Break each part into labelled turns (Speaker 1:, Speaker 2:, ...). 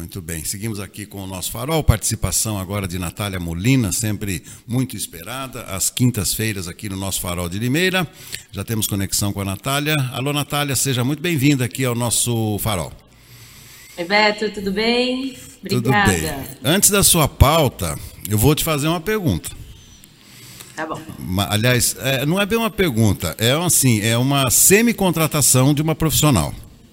Speaker 1: Muito bem, seguimos aqui com o nosso farol, participação agora de Natália Molina, sempre muito esperada, às quintas-feiras aqui no nosso farol de Limeira. Já temos conexão com a Natália. Alô, Natália, seja muito bem-vinda aqui ao nosso farol.
Speaker 2: Oi, Beto, tudo bem? Obrigada.
Speaker 1: Tudo bem. Antes da sua pauta, eu vou te fazer uma pergunta.
Speaker 2: Tá bom.
Speaker 1: Aliás, não é bem uma pergunta, é uma semi-contratação de uma profissional.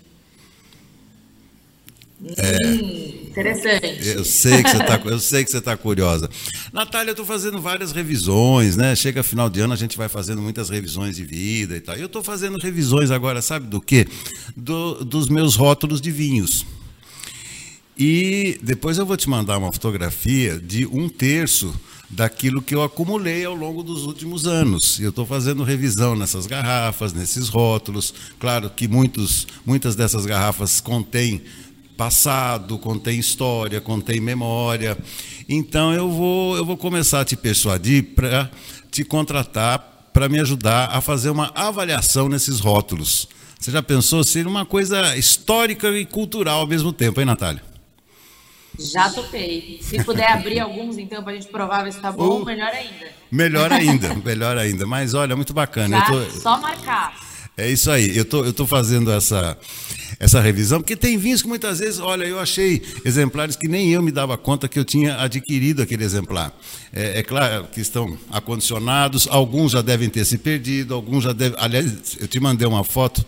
Speaker 2: Interessante.
Speaker 1: Eu sei que você está curiosa. Natália, eu estou fazendo várias revisões, né? Chega final de ano, a gente vai fazendo muitas revisões de vida e tal. Eu estou fazendo revisões agora, sabe do quê? Dos meus rótulos de vinhos. E depois eu vou te mandar uma fotografia de 1/3 daquilo que eu acumulei ao longo dos últimos anos. Eu estou fazendo revisão nessas garrafas, nesses rótulos. Claro que muitas dessas garrafas contêm passado, contém história, contém memória. Então eu vou começar a te persuadir para te contratar, para me ajudar a fazer uma avaliação nesses rótulos. Você já pensou ser uma coisa histórica e cultural ao mesmo tempo, hein, Natália?
Speaker 2: Já topei. Se puder abrir alguns, então, para a gente provar se tá bom, melhor ainda.
Speaker 1: Melhor ainda. Mas olha, muito bacana.
Speaker 2: Só marcar.
Speaker 1: É isso aí. Eu tô fazendo essa revisão, porque tem vinhos que muitas vezes, olha, eu achei exemplares que nem eu me dava conta que eu tinha adquirido aquele exemplar. É claro que estão acondicionados, alguns já devem ter se perdido, alguns já devem... Aliás, eu te mandei uma foto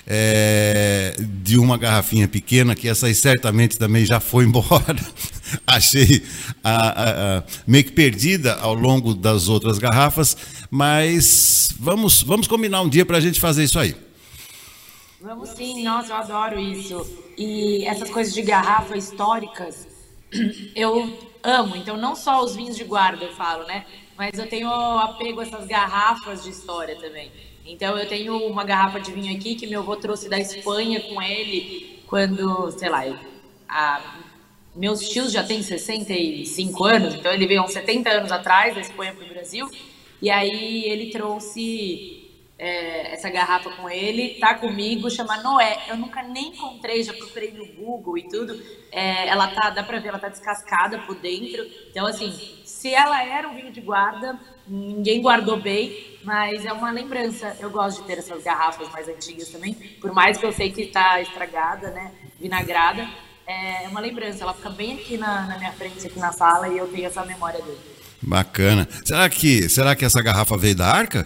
Speaker 1: de uma garrafinha pequena, que essa aí certamente também já foi embora. Achei meio que perdida ao longo das outras garrafas, mas vamos combinar um dia para a gente fazer isso aí.
Speaker 2: Vamos sim, nossa, eu adoro isso. E essas coisas de garrafa históricas, eu amo. Então, não só os vinhos de guarda, eu falo, né? Mas eu tenho apego a essas garrafas de história também. Então, eu tenho uma garrafa de vinho aqui que meu avô trouxe da Espanha com ele quando, sei lá, meus tios já têm 65 anos, então ele veio há uns 70 anos atrás da Espanha para o Brasil. E aí ele trouxe... essa garrafa com ele, tá comigo, chama Noé. Eu nunca nem encontrei, já procurei no Google e tudo. Ela dá pra ver, ela tá descascada por dentro. Então, assim, se ela era um vinho de guarda, ninguém guardou bem, mas é uma lembrança. Eu gosto de ter essas garrafas mais antigas também, por mais que eu sei que tá estragada, né, vinagrada. É uma lembrança, ela fica bem aqui na minha frente, aqui na sala, e eu tenho essa memória dele.
Speaker 1: Bacana. Será que essa garrafa veio da Arca?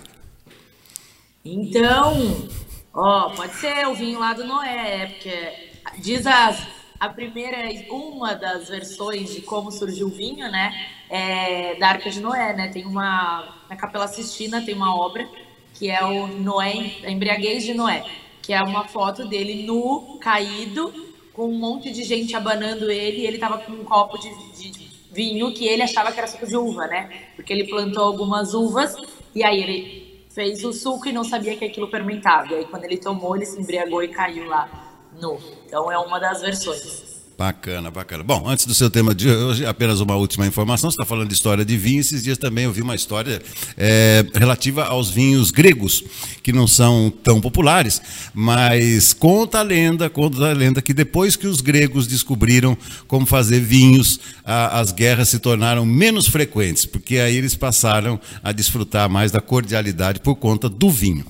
Speaker 2: Então, pode ser o vinho lá do Noé, porque diz a primeira, uma das versões de como surgiu o vinho, né, da Arca de Noé, né, tem na Capela Sistina tem uma obra, que é o Noé, a Embriaguez de Noé, que é uma foto dele nu, caído, com um monte de gente abanando ele, e ele tava com um copo de vinho que ele achava que era suco de uva, né, porque ele plantou algumas uvas, e aí ele fez o suco e não sabia que aquilo fermentava. E aí, quando ele tomou, ele se embriagou e caiu lá nu. Então, é uma das versões.
Speaker 1: Bacana. Bom, antes do seu tema de hoje, apenas uma última informação. Você está falando de história de vinho. Esses dias também eu vi uma história relativa aos vinhos gregos, que não são tão populares, mas conta a lenda que depois que os gregos descobriram como fazer vinhos, as guerras se tornaram menos frequentes, porque aí eles passaram a desfrutar mais da cordialidade por conta do vinho.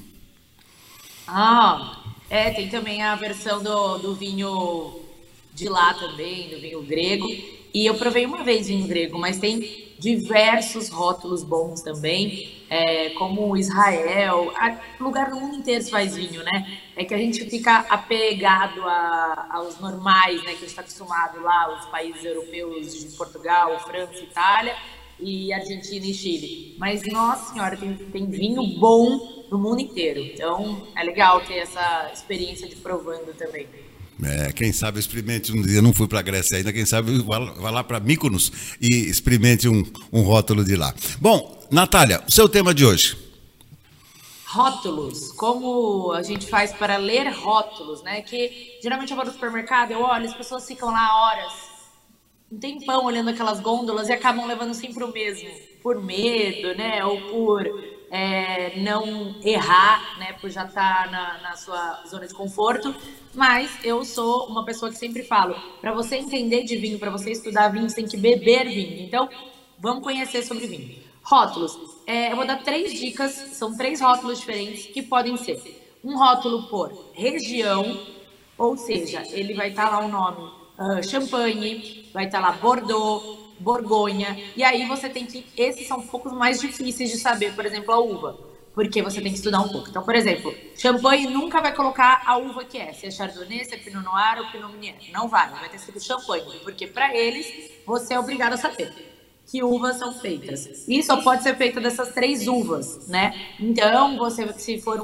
Speaker 2: Tem também a versão do vinho de lá também, do vinho grego. E eu provei uma vez vinho grego, mas tem diversos rótulos bons também, como Israel. Lugar no mundo inteiro se faz vinho, né? É que a gente fica apegado aos normais, né? Que a gente está acostumado lá, os países europeus de Portugal, França, Itália, e Argentina e Chile. Mas, nossa senhora, tem vinho bom no mundo inteiro. Então, é legal ter essa experiência de provando também.
Speaker 1: Quem sabe experimente um dia, não fui para a Grécia ainda, quem sabe vá lá para Mykonos e experimente um rótulo de lá. Bom, Natália, o seu tema de hoje?
Speaker 2: Rótulos, como a gente faz para ler rótulos, né? Que geralmente eu vou no supermercado, eu olho, as pessoas ficam lá horas, um tempão olhando aquelas gôndolas e acabam levando sempre o mesmo, por medo, né? Ou por não errar, né, por já estar na sua zona de conforto, mas eu sou uma pessoa que sempre falo, para você entender de vinho, para você estudar vinho, você tem que beber vinho. Então, vamos conhecer sobre vinho. Rótulos. Eu vou dar 3 dicas, são 3 rótulos diferentes que podem ser um rótulo por região, ou seja, ele vai estar lá o nome Champagne, vai estar lá Bordeaux, Borgonha, e aí você tem que, esses são um pouco mais difíceis de saber, por exemplo, a uva, porque você tem que estudar um pouco. Então, por exemplo, Champagne nunca vai colocar a uva que é, se é Chardonnay, se é Pinot Noir ou Pinot Meunier, não vai ter escrito Champagne, porque para eles, você é obrigado a saber que uvas são feitas. E só pode ser feita dessas 3 uvas, né? Então, você, se for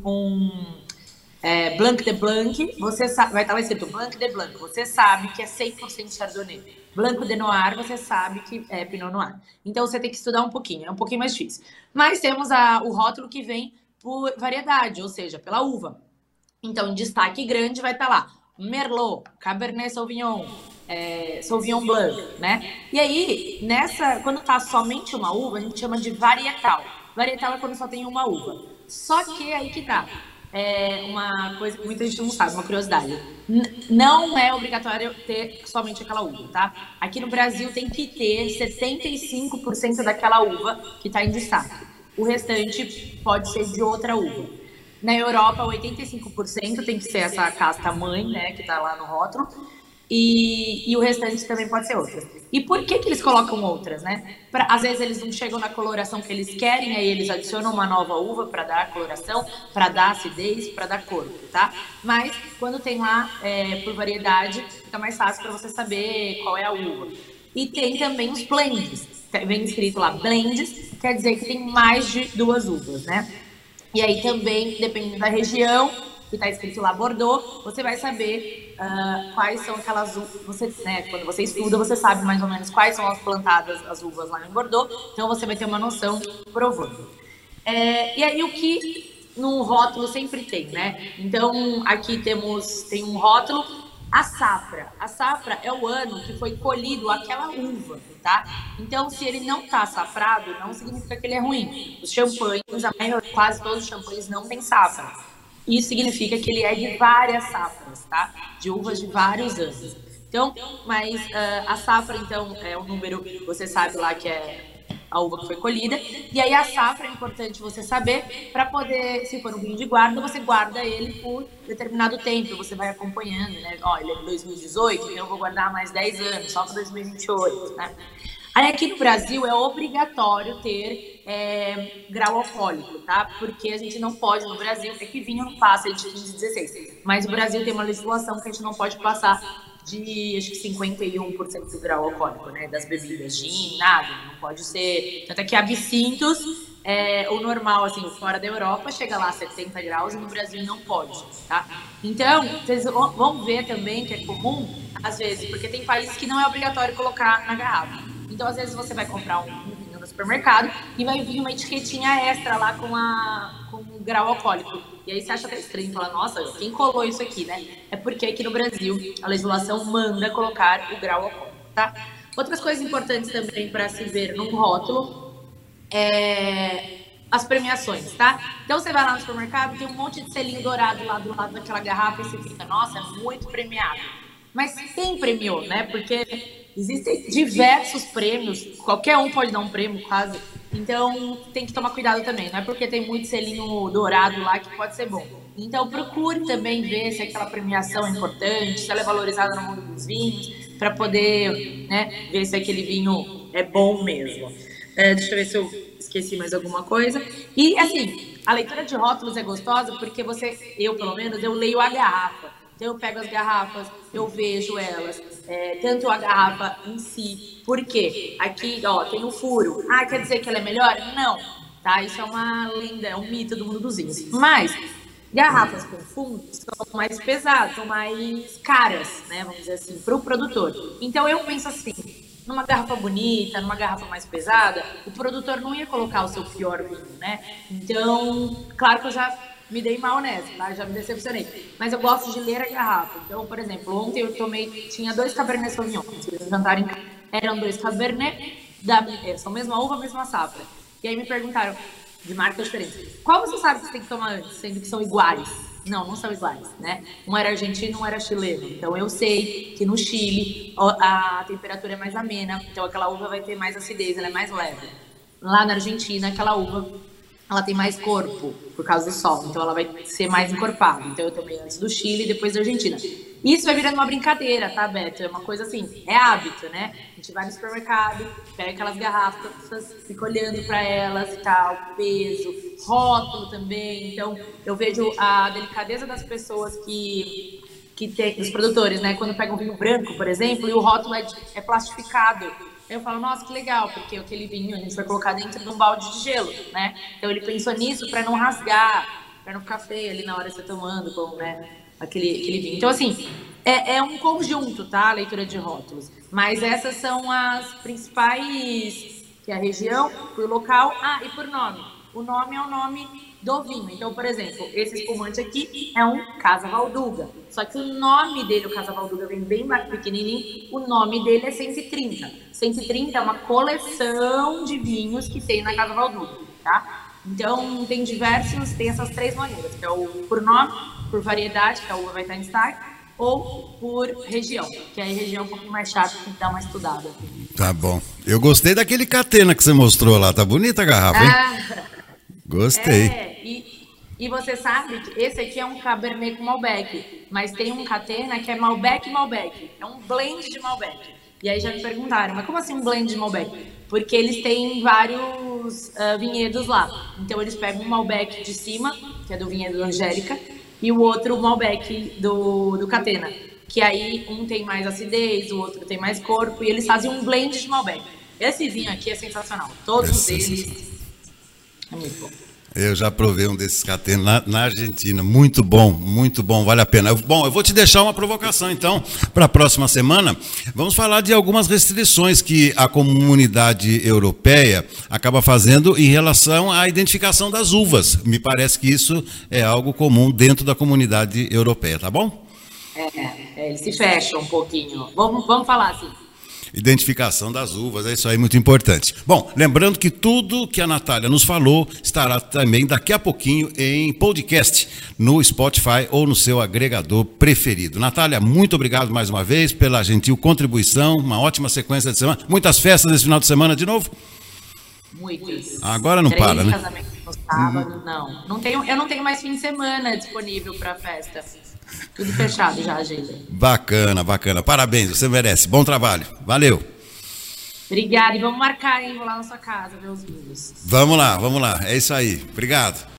Speaker 2: Blanc de Blanc, você sabe, vai estar lá escrito Blanc de Blanc, você sabe que é 100% Chardonnay. Blanco de Noir, você sabe que é Pinot Noir. Então, você tem que estudar um pouquinho, é um pouquinho mais difícil. Mas temos o rótulo que vem por variedade, ou seja, pela uva. Então, em destaque grande vai estar lá Merlot, Cabernet Sauvignon, Sauvignon Blanc, né? E aí, quando tá somente uma uva, a gente chama de varietal. Varietal é quando só tem uma uva. Só que aí que tá. Uma coisa que muita gente não sabe, uma curiosidade. Não é obrigatório ter somente aquela uva, tá? Aqui no Brasil tem que ter 75% daquela uva que tá em destaque. O restante pode ser de outra uva. Na Europa, 85% tem que ser essa casta mãe, né, que tá lá no rótulo. E o restante também pode ser outras. E por que eles colocam outras, né? Às vezes eles não chegam na coloração que eles querem, aí eles adicionam uma nova uva para dar coloração, para dar acidez, para dar corpo, tá? Mas quando tem lá por variedade, fica mais fácil para você saber qual é a uva. E tem também os blends, vem escrito lá blends, quer dizer que tem mais de 2 uvas, né? E aí também, dependendo da região, que está escrito lá Bordeaux, você vai saber quais são aquelas uvas, né, quando você estuda, você sabe mais ou menos quais são as plantadas, as uvas lá em Bordeaux, então você vai ter uma noção provando. E aí o que no rótulo sempre tem, né? Então aqui tem um rótulo, a safra. A safra é o ano que foi colhido aquela uva, tá? Então se ele não tá safrado, não significa que ele é ruim. Os champanhes, quase todos os champanhes não tem safra. Isso significa que ele é de várias safras, tá? De uvas de vários anos. Então, mas a safra, então, é o número, você sabe lá que é a uva que foi colhida. E aí a safra é importante você saber para poder, se for um vinho de guarda, você guarda ele por determinado tempo. Você vai acompanhando, né? Ó, ele é de 2018, então eu vou guardar mais 10 anos, só para 2028, né? Aí aqui no Brasil é obrigatório ter grau alcoólico, tá? Porque a gente não pode no Brasil, é que vinho não passa de 15, 16. Mas o Brasil tem uma legislação que a gente não pode passar de, acho que 51% do grau alcoólico, né? Das bebidas, gin, nada, não pode ser. Tanto é que absintos, o normal, assim, fora da Europa, chega lá a 70 graus e no Brasil não pode, tá? Então, vocês vão ver também que é comum, às vezes, porque tem países que não é obrigatório colocar na garrafa. Então, às vezes, você vai comprar um vinho no supermercado e vai vir uma etiquetinha extra lá com o grau alcoólico. E aí você acha até estranho, fala, nossa, quem colou isso aqui, né? É porque aqui no Brasil a legislação manda colocar o grau alcoólico, tá? Outras coisas importantes também para se ver num rótulo as premiações, tá? Então você vai lá no supermercado, tem um monte de selinho dourado lá do lado daquela garrafa e você fica, nossa, é muito premiado. Mas quem premiou, né? Porque existem diversos prêmios, qualquer um pode dar um prêmio, quase. Então, tem que tomar cuidado também. Não é porque tem muito selinho dourado lá que pode ser bom. Então, procure também ver se aquela premiação é importante, se ela é valorizada no mundo dos vinhos, para poder, né, ver se aquele vinho é bom mesmo. Deixa eu ver se eu esqueci mais alguma coisa. E, assim, a leitura de rótulos é gostosa porque eu pelo menos, eu leio a garrafa. Então, eu pego as garrafas, eu vejo elas, tanto a garrafa em si. Por quê? Aqui, ó, tem um furo. Ah, quer dizer que ela é melhor? Não, tá? Isso é uma lenda, é um mito do mundo dos vinhos. Mas garrafas com fundo são mais pesadas, são mais caras, né? Vamos dizer assim, para o produtor. Então, eu penso assim, numa garrafa bonita, numa garrafa mais pesada, o produtor não ia colocar o seu pior vinho, né? Então, claro que eu já me dei mal nessa, tá? Já me decepcionei. Mas eu gosto de ler a garrafa. Então, por exemplo, ontem eu tinha 2 Cabernet Sauvignon. Vocês jantaram em casa. Eram 2 Cabernet, são mesma uva, mesma safra. E aí me perguntaram, de marcas diferentes. Qual você sabe que você tem que tomar antes, sendo que são iguais? Não, não são iguais, né? Um era argentino, um era chileno. Então eu sei que no Chile a temperatura é mais amena, então aquela uva vai ter mais acidez, ela é mais leve. Lá na Argentina, aquela uva, ela tem mais corpo por causa do sol, então ela vai ser mais encorpada. Então eu tomei antes do Chile e depois da Argentina. Isso vai virando uma brincadeira, tá, Beto? É uma coisa assim, é hábito, né? A gente vai no supermercado, pega aquelas garrafas, fica olhando para elas e tal, peso, rótulo também. Então eu vejo a delicadeza das pessoas que tem, dos produtores, né? Quando pegam um vinho branco, por exemplo, e o rótulo é plastificado. Eu falo, nossa, que legal, porque aquele vinho a gente vai colocar dentro de um balde de gelo, né? Então ele pensou nisso para não rasgar, para não ficar feio ali na hora de você tomando, como, né? Aquele vinho. Então, assim, é um conjunto, tá? A leitura de rótulos. Mas essas são as principais, que é a região, por local, e por nome. O nome é o nome do vinho. Então, por exemplo, esse espumante aqui é um Casa Valduga. Só que o nome dele, o Casa Valduga, vem bem pequenininho, o nome dele é 130. 130 é uma coleção de vinhos que tem na Casa Valduga, tá? Então, tem essas três maneiras, que é o por nome, por variedade, que a uva vai estar em destaque, ou por região, que aí região é um pouquinho mais chato, tem que dar uma estudada.
Speaker 1: Tá bom. Eu gostei daquele catena que você mostrou lá, tá bonita a garrafa, hein? Gostei.
Speaker 2: E você sabe que esse aqui é um Cabernet com Malbec, mas tem um catena que é Malbec. É um blend de Malbec. E aí já me perguntaram, mas como assim um blend de Malbec? Porque eles têm vários vinhedos lá. Então eles pegam um Malbec de cima, que é do vinhedo Angélica, e o outro Malbec do Catena. Que aí um tem mais acidez, o outro tem mais corpo, e eles fazem um blend de Malbec. Esse vinho aqui é sensacional. Todos eles é muito bom.
Speaker 1: Eu já provei um desses catenos na Argentina, muito bom, vale a pena. Bom, eu vou te deixar uma provocação então, para a próxima semana. Vamos falar de algumas restrições que a comunidade europeia acaba fazendo em relação à identificação das uvas. Me parece que isso é algo comum dentro da comunidade europeia, tá bom?
Speaker 2: Eles se fecham um pouquinho. Vamos falar assim.
Speaker 1: Identificação das uvas, é isso aí, muito importante. Bom, lembrando que tudo que a Natália nos falou estará também daqui a pouquinho em podcast no Spotify ou no seu agregador preferido. Natália, muito obrigado mais uma vez pela gentil contribuição, uma ótima sequência de semana. Muitas festas nesse final de semana de novo?
Speaker 2: Muitas.
Speaker 1: Agora não para, né?
Speaker 2: Casamentos no sábado, eu não tenho mais fim de semana disponível para festa. Tudo fechado já, agenda.
Speaker 1: Bacana. Parabéns, você merece. Bom trabalho. Valeu.
Speaker 2: Obrigada. E vamos marcar, hein? Vou lá na sua casa ver os vinhos.
Speaker 1: Vamos lá. É isso aí. Obrigado.